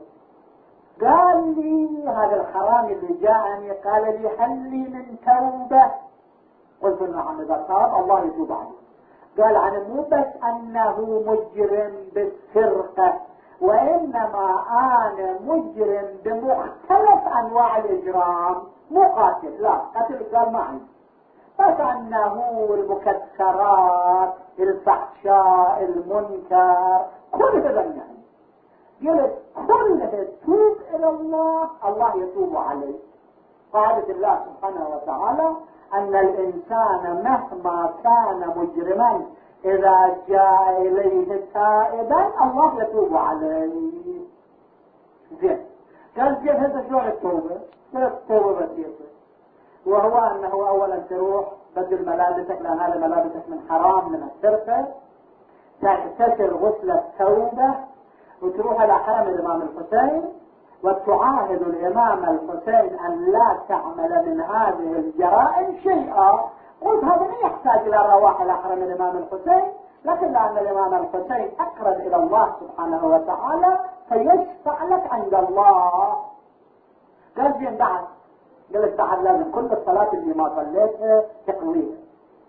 [SPEAKER 1] قال لي هذا الحرامي اللي جاءني قال لي هل لي من توبة؟ قلت نعم إذا تاب الله يتوب عليه. قال أنا مو بس أنه مجرم بالسرقة، وإنما أنا مجرم بمختلف أنواع الإجرام، مو قاتل، لا قتل قال ما عندي، بس أنه المكسرات، الفحشاء، المنكر، كل هذا يعني. قلت كلها توب إلى الله، الله يتوب عليه. قاعدة الله سبحانه وتعالى أن الإنسان مهما كان مجرما إذا جاء إليه تائبا الله يتوب عليه. زين، قال زين هذا شلون التوبة؟ قلت التوبة بسيطة، وهو أنه أولا تروح بدل ملابسك، لأن هذه ملابسك من حرام من السرقة، تغتسل غسل التوبة وتروح إلى حرم الإمام الحسين وتعاهد الإمام الحسين أن لا تعمل من هذه الجرائم شيئا. قلت هذا ما يحتاج إلى رواح إلى حرم الإمام الحسين، لكن لأن الإمام الحسين أقرب إلى الله سبحانه وتعالى فيشفع لك عند الله. قال زين بعد، قلت بعد لازم كل الصلاة اللي ما صليتها تقضيها،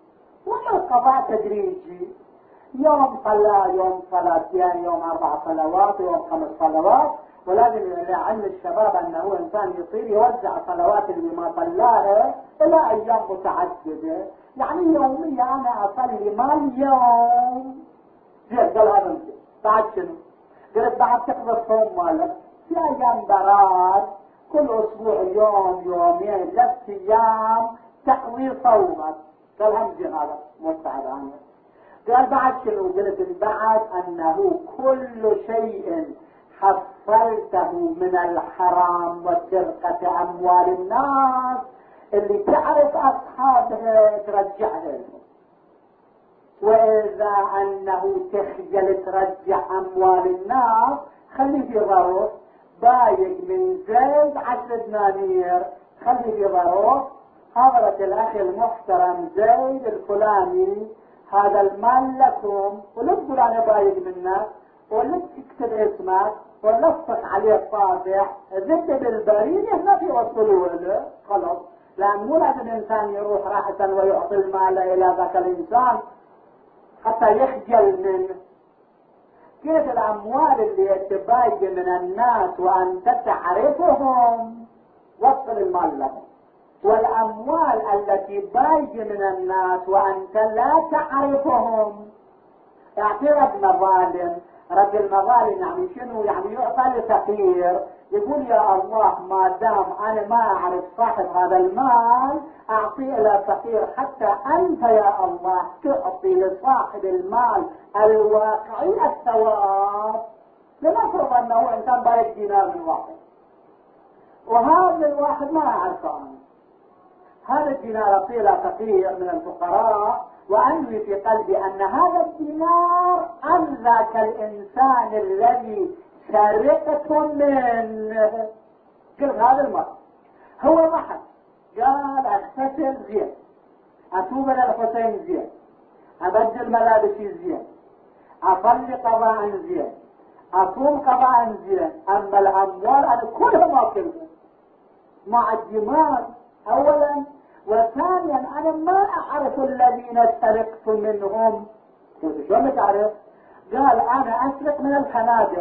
[SPEAKER 1] والقضاء تدريجي، يوم صلاة يوم صلاتين، يوم 4 صلوات، يوم 5 صلوات. ولازم يعلم الشباب أنه إنسان يصير يوزع صلوات اللي ما صلاها إلى أيام متعددة، يعني يوميا أنا أصلي مال يوم. زين قال هذا مزين. بعد شنو؟ قلت بعد تقضي الصوم مالك في أيام براد، كل أسبوع يوم يومين 3 أيام تقضي صومك. قال هم زين هذا مستعد عنه. قال بعد شنو؟ قلت بعد أنه كل شيء حصلته من الحرام وسرقة أموال الناس اللي تعرف أصحابها ترجعها لهم، وإذا أنه تخجل ترجع أموال الناس خلي في ظروف بايق من زيد 10 دنانير، خلي في ظروف حضرة الأخ المحترم زيد الفلاني هذا المال لكم، ولا تقول أنا بايق منك، ولا تكتب اسمك ولصق عليه الطابع ذب بالبريد هنا يوصلوا له خلاص. لأن مو لازم الإنسان يروح راحة ويعطي المال إلى ذاك الإنسان حتى يخجل منه. كيف الأموال اللي تبايق من الناس وأنت تعرفهم وصل المال لهم، والأموال التي بايق من الناس وأنت لا تعرفهم اعطي رب مظالم. رب المظالم يعني شنو؟ يعني يعطى لفقير، يقول يا الله ما دام انا ما اعرف صاحب هذا المال اعطيه الى فقير، حتى انت يا الله تعطي لصاحب المال الواقعي الثواب. لنفرض انه انسان بايع دينار من واحد، وهذا الواحد ما اعرفه، هذا الدينار اعطيه الى فقير من الفقراء، وأنوي في قلبي أن هذا الدينار عن ذاك الإنسان الذي سرقت منه. قلت هذا المرء هو ضحك قال اغتسل زين، أتوب إلى الحسين زين، أبدل ملابسي زين، أصلي قضاء زين، أصوم قضاء زين، أما الأموال أنا كلها ما كلها مع الدماغ أولا، وثانيا أنا ما أعرف الذين سرقت منهم. قلت شو تعرف؟ قال أنا أسرق من الفنادق،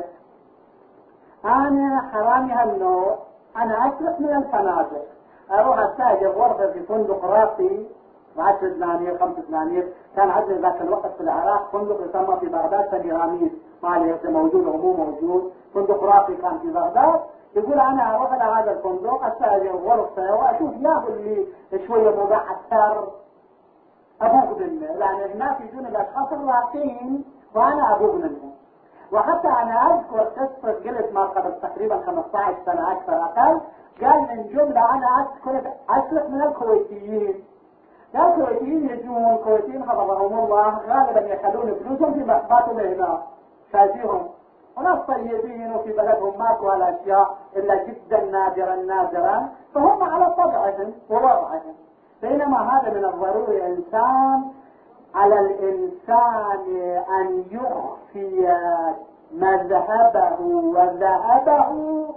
[SPEAKER 1] أنا حرامي هالنوع، أنا أسرق من الفنادق، أروح أستأجر غرفة في فندق راقي 10 دنانير 5 دنانير. كان عندنا ذاك الوقت في العراق فندق يسمى في بغداد سميراميد، ما عليه موجود أو مو موجود، فندق راقي كان في بغداد. يقول انا اروح الى هذا الفندق استاجر غرفه واشوف ياهو اللي شويه مبعثر ابوق منه، لان هناك يجون الاشخاص الراقين وانا ابوق منهم. وحتى انا اذكر قصه قلت ما قبل تقريبا 15 سنه اكثر اقل، قال من جمله انا اسرق من الكويتيين. قال الكويتيين يجون، الكويتيين حفظهم الله غالبا يخلون فلوسهم في مخباتهم هنا شايفيهم وناس طيبين وفي بلدهم ماكو هالاشياء الا جدا نادرا، فهم على طبعهم ووضعهم. بينما هذا من الضروري انسان على الإنسان أن يخفي مذهبه وذهبه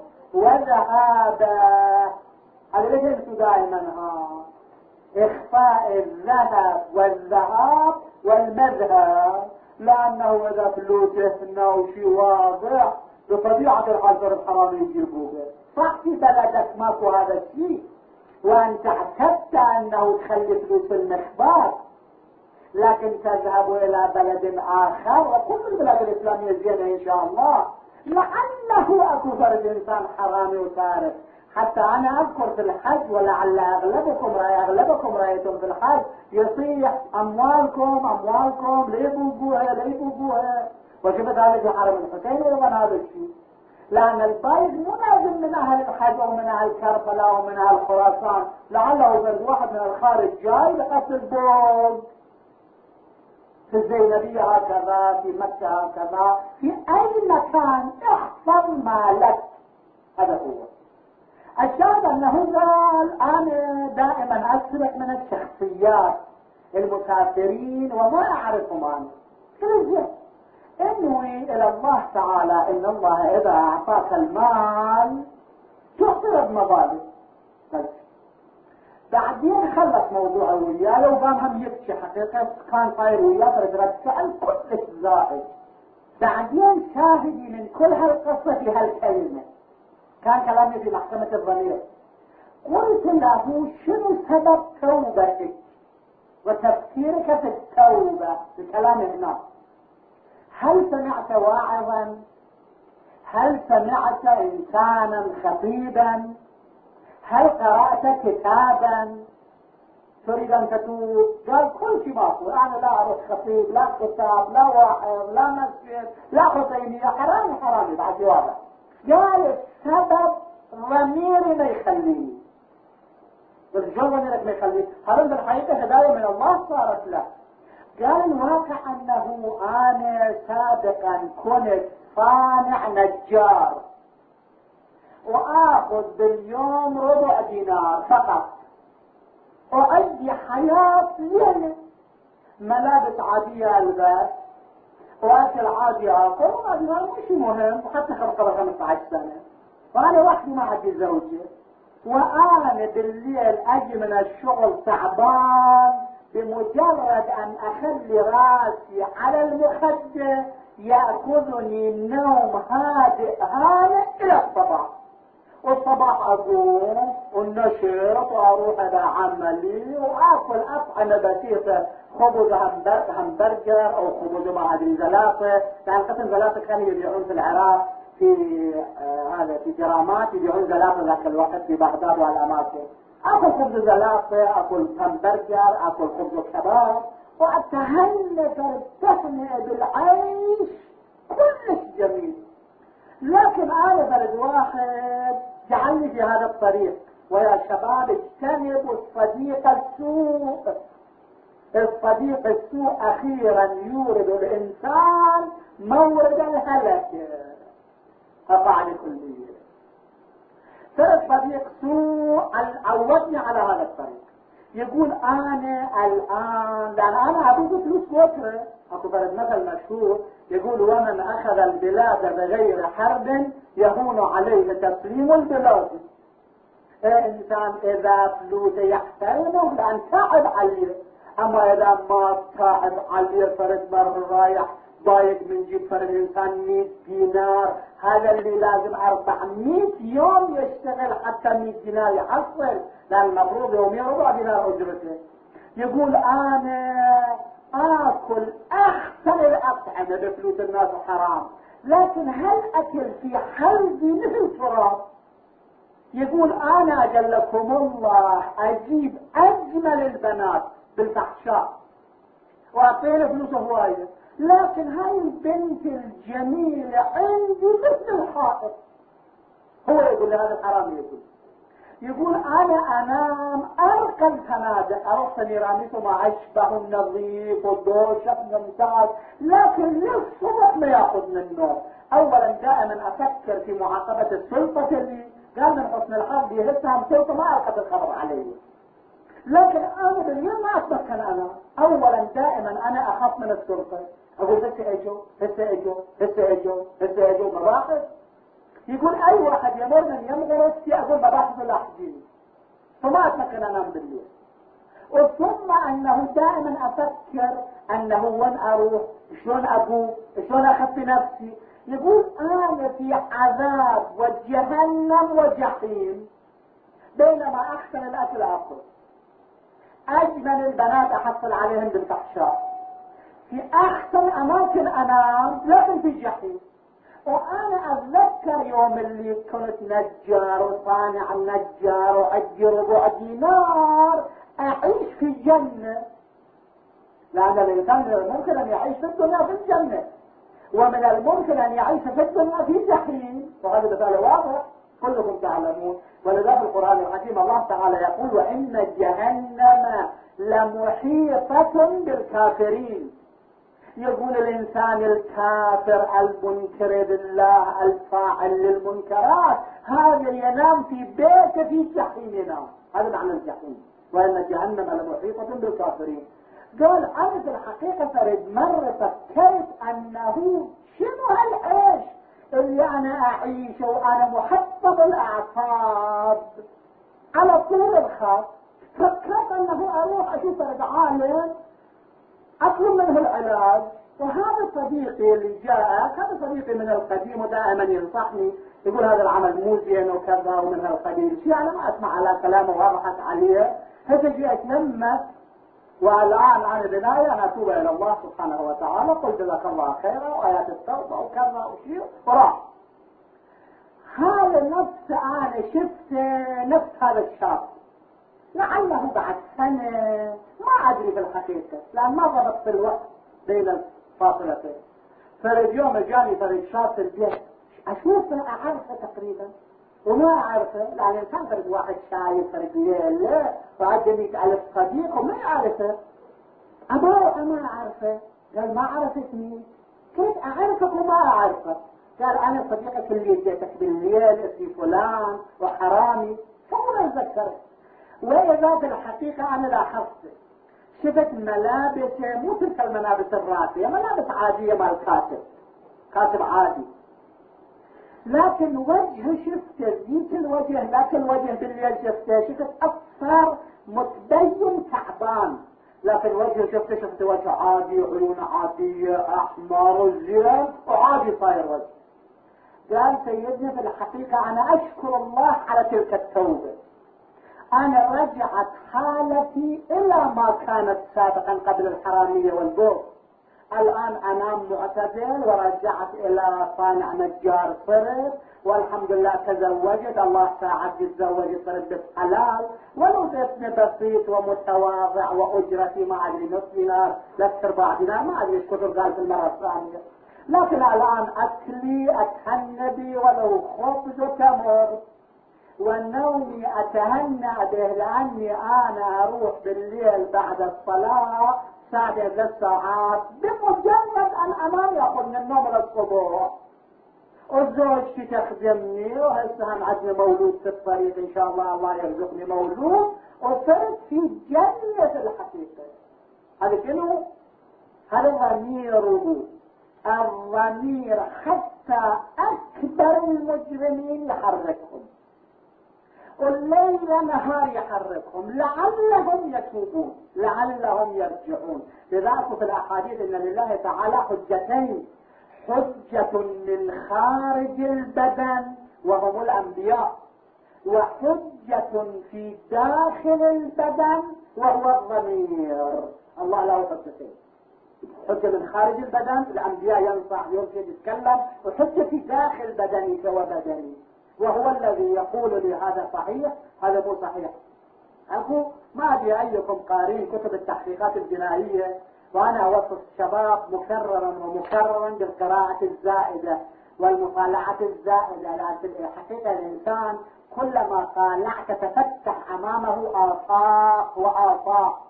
[SPEAKER 1] وذهابه. هذا ليش انتو دائما إخفاء الذهب والذهاب والمذهب، لأنه إذا فلوسهنا وشي واضح بطبيعة الحال الحرام يجيبوه. صح في بلدك ماكو هذا الشيء، وأنت اعتدت أنه تخلي فلوس المخبار، لكن تذهب إلى بلد آخر، وكل البلاد الإسلامية زينة إن شاء الله، لعله أكو فرد إنسان حرامي وتارك. حتى أنا أذكر في الحج، ولعل أغلبكم رأيتم في الحج يصيح أموالكم ليبوبوها. وشفت هذا في حرم الحسين أيضا هذا الشيء، لأن البايد مو لازم من أهل الحج أو من أهل كربلاء أو من أهل خراسان، لعله فرد واحد من الخارج جاي لقصد البوق في الزينبية هكذا، في مكة هكذا، في أي مكان احفظ مالك. هذا هو الشاهد. أنه قال أنا دائما أسرق من الشخصيات المسافرين وما أعرفهم أنا. كذلك انوي إلى الله تعالى إن الله إذا أعطاك المال تحترب مظالم. بعدين خلص موضوعه وياه، وقام هم يبكي حقيقة كان طاير وياه فرد فعل كلش زائد. بعدين شاهدي من كل هالقصة في هالكلمة، كان كلامي في محكمة الضمير. قلت له شنو سبب توبتك وتفكيرك في التوبة في كلام هنا؟ هل سمعت واعظا؟ هل سمعت إنسانا خطيبا؟ هل قرأت كتابا تريد أن تتوب؟ قال كل شيء ماكو، أنا لا أعرف خطيب، لا كتاب، لا واعظ، لا مسجد، لا حسينية، حرامي بعد واضح. قال السبب ضميري ما يخليني. الجو ضميرك ما يخليني، هذا بالحقيقة هداية من الله صارت له. قال الواقع أنه أنا سابقا كنت صانع نجار، وآخذ باليوم ربع دينار فقط، وأدي حياة زينة، ملابس عادية ألبس، وأكل عادي آكل، وهذا مش مهم، وحتى قبل 15 سنة، وأنا وحدي ما عندي زوجة، وأنا بالليل أجي من الشغل تعبان، بمجرد أن أخلي راسي على المخدة يأخذني النوم هادئ إلى الصباح. والصباح أقوم والنشط وأروح إلى عملي وآكل أطعمة بسيطة، خبز همبرجر أو خبز ما أدري زلاطة، لأن قسم زلاطة كانوا يبيعون في العراق في هذا في جرامات، يبيعون زلاطة ذاك الوقت في بغداد والأماكن. أكل خبز زلاطة، أكل همبرجر، أكل خبز كباب، وأتهنئ بالعيش كلش جميل. لكن أنا برد واحد جعلني في هذا الطريق، ويا شباب اجتنبوا الصديق السوء. الصديق السوء أخيرا يورد الإنسان مورد الهلك، قطعني كلية. صديق سوء عودني على هذا الطريق، يقول أنا الآن، لأن أنا أبوك فلوس كثرة. أكو فرد مثل مشهور يقول ومن أخذ البلاد بغير حرب يهون عليه تسليم البلاد. إنسان إذا فلوسه يحترمه لأن تعب عليه، أما إذا ما تعب عليه فرد مرة رايح ضايق من جيب فرد إنسان 100 دينار، هذا اللي لازم 400 يوم يشتغل حتى 100 دينار يحصل، لأن المفروض يوميا ربع دينار أجرته. يقول أنا آكل أحسن الأطعمة بفلوس الناس حرام، لكن هل أكل في حلبي مثل تراب؟ يقول أنا أجلكم الله أجيب أجمل البنات بالفحشاء وأعطينا فلوسه هواية، لكن هاي البنت الجميلة عندي مثل الحائط. هو يقول هذا الحرام. يقول أنا أنام أرقى الفنادق، أروح سميراميس وما أشبه النظيف والدوشة ممتاز، لكن للصبح ما يأخذ من النوم. أولا دائما أفكر في معاقبة السلطة اللي قال من حسن الحظ بيهتهم سلطة ما ألقت الخبر عليه، لكن أنا باليوم ما أتذكر اتمكن انا؟ اولا دائما انا اخاف من السلطة، اقول هسه اجوا مباحث. يقول اي واحد يمر من يمغرس اقول مباحث ولا حجيني، فما اتمكن انام بالليل. ثم انه دائما افكر انه وين اروح، شلون اقوم، شلون اخفي نفسي. يقول انا في عذاب وجهنم وجحيم، بينما احسن الاكل اكل، اجمل البنات احصل عليهم بالفحشاء، في احسن اماكن انام، لكن في جحيم. وانا اتذكر يوم اللي كنت نجار وصانع النجار واجر ربع دينار اعيش في الجنة، لان الانسان ممكن ان يعيش في الدنيا في الجنة، ومن الممكن ان يعيش في الدنيا في جحيم، وهذا مثال واضح كلكم تعلمون. ولذا في القرآن الحكيم الله تعالى يقول وان جهنم لمحيطة بالكافرين. يقول الانسان الكافر المنكر بالله الفاعل للمنكرات هذا ينام في بيته في جحيم ينام، هذا معنى الجحيم. وان جهنم لمحيطة بالكافرين. قال انا في الحقيقة فرد مرة فكرت انه شنو هالعيش اللي انا اعيشه وانا محطم الاعصاب على طول الخط. فكرت انه اروح اشوف عالم اطلب منه العلاج. وهذا صديقي اللي جاء، هذا صديقي من القديم ودائما ينصحني، يقول هذا العمل مو زين وكذا ومن هالقبيل شيء. انا ما اسمع على كلامه وضحك عليه، هسه جيت لما والان انا بنايه انا اتوب الى الله سبحانه وتعالى، قل جزاك الله خيرا وايات التوبه وكذا وشيء وراح. هذا نفس انا شفت نفس هذا الشاب، لعله بعد سنة ما ادري في الحقيقة لان ما ضبطت الوقت بين الفاصلتين. فرد يوم جاني فرد شاب في البيت اشوفه اعرفه تقريبا وما اعرفه، لان الانسان فرد واحد شايف فرد ليل وعنده 100,000 صديق وما يعرفه. ما اعرفه. قال ما عرفتني؟ كيف اعرفك وما اعرفك؟ قال انا صديقك اللي جيتك بالليل اسمي فلان وحرامي. فورا اتذكرت. واذا في الحقيقة انا لاحظت شفت ملابسه مو تلك الملابس الراسية، ملابس عادية مال كاتب عادي، لكن وجهه شفته ذيك الوجه، ذاك الوجه بالليل شفت اصفر متبين تعبان، لكن وجهه شفت وجه عادي، عيون عادية، احمر وزين وعادي صاير وجه. قال سيدنا في الحقيقة انا اشكر الله على تلك التوبة، انا رجعت حالتي الى ما كانت سابقا قبل الحرامية والبوظ. الان انام معتدل ورجعت الى صانع نجار صرت، والحمد لله تزوجت، الله ساعدني تزوجت صرت بس حلال، ولو باسم بسيط ومتواضع واجرتي ما ادري نصف دينار لا ارباع دينار ما ادري ايش كثر قال في المرة الثانية. لكن الان اكلي اتهنى بي ولو خبز وتمر، ونومي اتهنى به لاني انا اروح بالليل بعد الصلاة ساعة 3 ساعات بمجرد ان انام ياخذ من النوم للصبح، وزوجتي تخدمني، وهسه هم عندنا مولود في الطريق ان شاء الله، الله يرزقني مولود، وصرت في جنة الحقيقة. هذا شنو؟ هذا ضميره، الضمير حتى اكبر المجرمين يحركهم، والليل نهار يحركهم لعلهم يتوبون لعلهم يرجعون. لذلك في الاحاديث ان لله تعالى حجتين، حجة من خارج البدن وهم الانبياء، وحجة في داخل البدن وهو الضمير. الله له حجتين، حجة من خارج البدن الانبياء ينصح يرشد يتكلم، وحجة في داخل بدنك وبدني، وهو الذي يقول لي هذا صحيح هذا مو صحيح. اكو ما ادري ايكم قارين كتب التحقيقات الجنائية، وانا اوصف الشباب مكررا ومكررا بالقراءة الزائدة والمطالعة الزائدة، لان في الحقيقة الانسان كلما طالعت تفتح امامه افاق وافاق.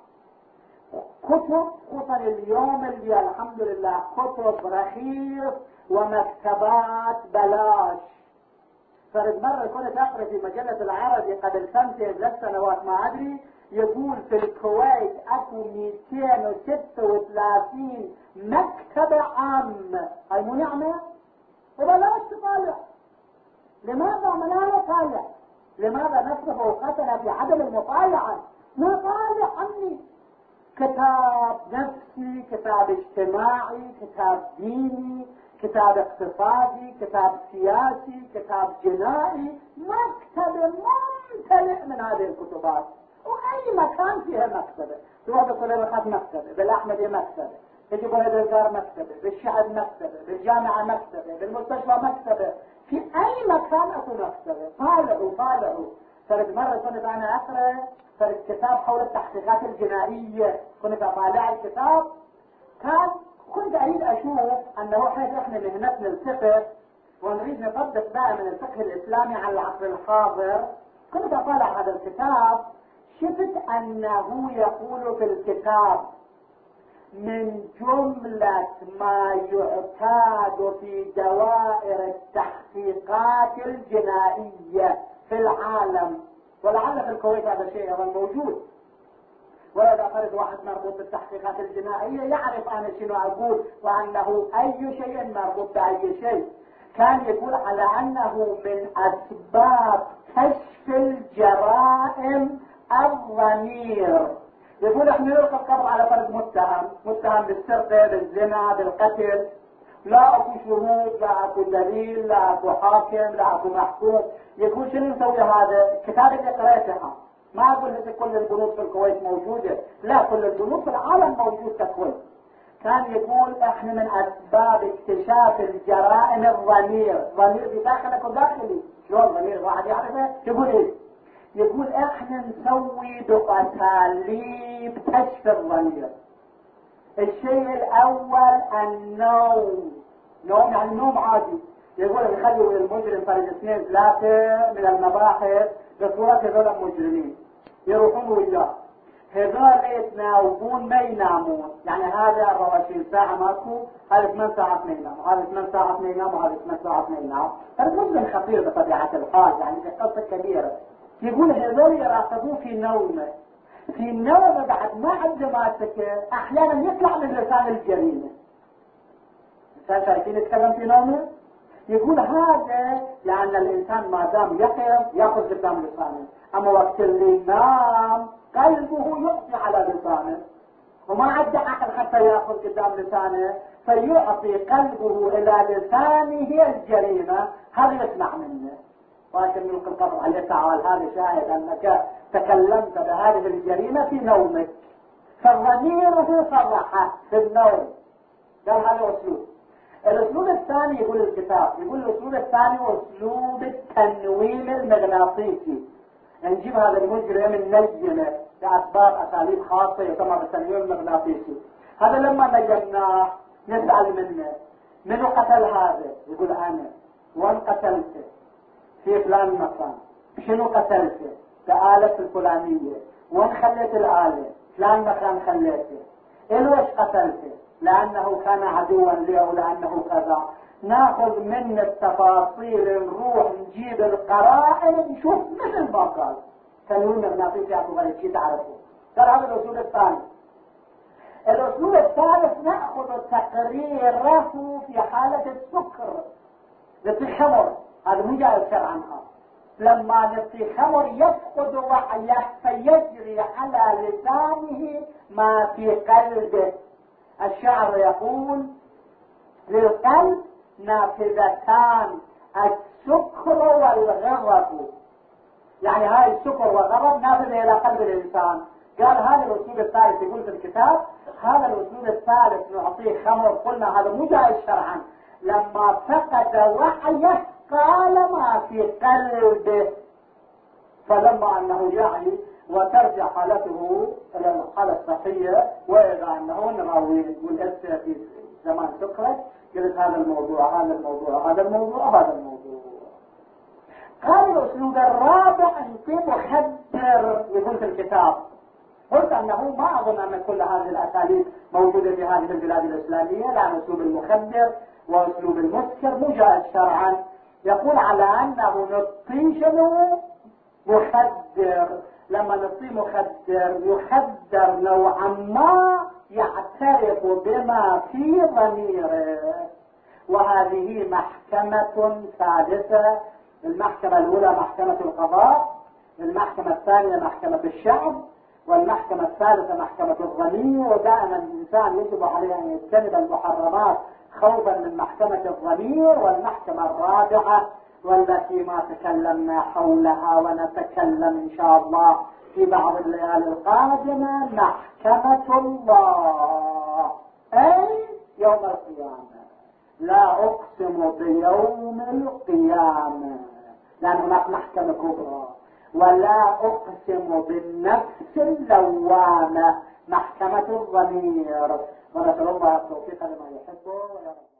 [SPEAKER 1] كتب خصوصا اليوم اللي الحمد لله كتب رخيص ومكتبات بلاش. فرد مرة كنت اقرأ في مجلة العربي قبل 2 3 سنوات ما ادري، يقول في الكويت اكو 236 مكتبة عامة. هاي مو نعمة؟ وبلاش تطالع. لماذا عملها طالع؟ لماذا نصرف اوقاتنا في عدم المطالعة؟ نطالع عني كتاب نفسي، كتاب اجتماعي، كتاب ديني، كتاب اقتصادي، كتاب سياسي، كتاب جنائي، مكتبة ممتلئ من هذه الكتبات. واي مكان فيها مكتبة. تروح بالطلبات مكتبة، بالاحمدية مكتبة، تجي بهدلقار مكتبة، بالشعب مكتبة، بالجامعة مكتبة، بالمستشفى مكتبة، في اي مكان اكو مكتبة. طالعوا. فرد مرة كنت انا اقرأ فرد كتاب حول التحقيقات الجنائية، كنت اطالع الكتاب، كنت اريد اشوف انه حيث احنا مهنتنا الفقه ونريد نطبق دائما الفقه الاسلامي على العصر الحاضر. كنت اطالع هذا الكتاب، شفت انه يقول في الكتاب من جملة ما يعتاد في دوائر التحقيقات الجنائية في العالم، ولعل في الكويت هذا الشيء ايضا موجود، وإذا فرض واحد مربوط بالتحقيقات الجنائية يعرف أنا شنو أقول، وأنه أي شيء مربوط بأي شيء. كان يقول على أنه من أسباب كشف الجرائم الضمير. يقول احنا نلقى القبض على فرد متهم بالسرقة، بالزنا، بالقتل، لا اكو شهود، لا اكو دليل، لا اكو حاكم، لا اكو محكوم. يقول شنو نسوي هذا؟ الكتاب اللي قرأتها ما اقول لك كل البنوك في الكويت موجودة، لا، كل البنوك في العالم موجود ككل. كان يقول احنا من اسباب اكتشاف الجرائم الضمير بداخلك وداخلي. شلون ضمير واحد يعرفه؟ يقول ايه؟ يقول احنا نسوي باساليب كشف الضمير. الشيء الاول النوم. نوم يعني نوم عادي. يقول يخلوا المجرم فرد 2 3 من المباحث بصورة هذول مجرمين يروحون وياه، هذول يتناوبون ما ينامون، يعني هذا 24 ساعة ماكو، هذا 8 ساعات ما ينام، وهذا 8 ساعات ما ينام، وهذا 8 ساعات ما ينام. هذا مجرم خطير بطبيعة الحال، يعني في قصة كبيرة. يقول هذول يراقبوه في نومه، في نومه بعد ما عنده ماسكه احيانا يطلع من لسان الجريمة. الانسان شايفين يتكلم في نومه؟ يقول هذا لأن الإنسان ما دام يقظ يأخذ قدام لسانه، أما وقت اللي ينام قلبه يعطي على لسانه، وما عنده عقل حتى يأخذ قدام لسانه، فيعطي قلبه إلى لسانه الجريمة، هذا يسمع منه. ولكن نلقي القبض عليه، تعال هذا شاهد أنك تكلمت بهذه الجريمة في نومك، فضميره صرح في النوم. قال هذا أسلوب. الاسلوب الثاني يقول الكتاب، يقول الاسلوب الثاني اسلوب التنويم المغناطيسي. نجيب هذا المجرم ننيمه اساليب خاصه يسمى بالتنويم المغناطيسي. هذا لما نيمناه نسال منه منو قتل هذا؟ يقول انا. وين قتلته؟ في فلان مكان. شنو قتلته؟ بآلة الفلانيه. وين خليت الآلة؟ فلان مكان خليته. الوش قتلته؟ لأنه كان عدوا لي أو لأنه كذا. ناخذ من التفاصيل، نروح نجيب القرائن، نشوف مثل ما قال. تنويم مغناطيسي أكو غير شيء تعرفه. ترى هذا الأسلوب الثاني. الأسلوب الثالث نأخذ تقريره في حالة السكر. نعطي خمر، هذا مو جائز شرعا. لما نعطي خمر يفقد وعيه فيجري على لسانه ما في قلبه. الشعر يقول للقلب نافذتان، السكر والغضب. يعني هاي السكر والغضب نافذة إلى قلب الإنسان. قال هذا الأسلوب الثالث، يقول في الكتاب هذا الأسلوب الثالث نعطيه خمر، قلنا هذا مو جائز شرعا. لما فقد وعيه قال ما في قلبه، فلما أنه يعي وترجع حالته الى الحالة الصحية، واذا انه نراوي نقول في زمان سكرت، قلت هذا الموضوع هذا الموضوع هذا الموضوع هذا الموضوع. قال الاسلوب الرابع انت مخدر. يقول في الكتاب، قلت انه ما اظن ان كل هذه الاساليب موجودة في هذه البلاد الاسلامية، لان اسلوب المخدر واسلوب المسكر مو جائز شرعا. يقول على انه نطيشنه مخدر، لما نعطيه مخدر يخدر نوعا ما يعترف بما في ضميره. وهذه محكمة ثالثة. المحكمة الأولى محكمة القضاء، المحكمة الثانية محكمة الشعب، والمحكمة الثالثة محكمة الضمير. ودائما الإنسان يجب عليه أن يجتنب المحرمات خوفا من محكمة الضمير. والمحكمة الرابعة والتي ما تكلمنا حولها ونتكلم إن شاء الله في بعض الليالي القادمة محكمة الله، أي يوم القيامة. لا أقسم بيوم القيامة لأن هناك محكمة كبرى، ولا أقسم بالنفس اللوامة محكمة الضمير. ونسأل الله التوفيق لما يحبه ويرضى.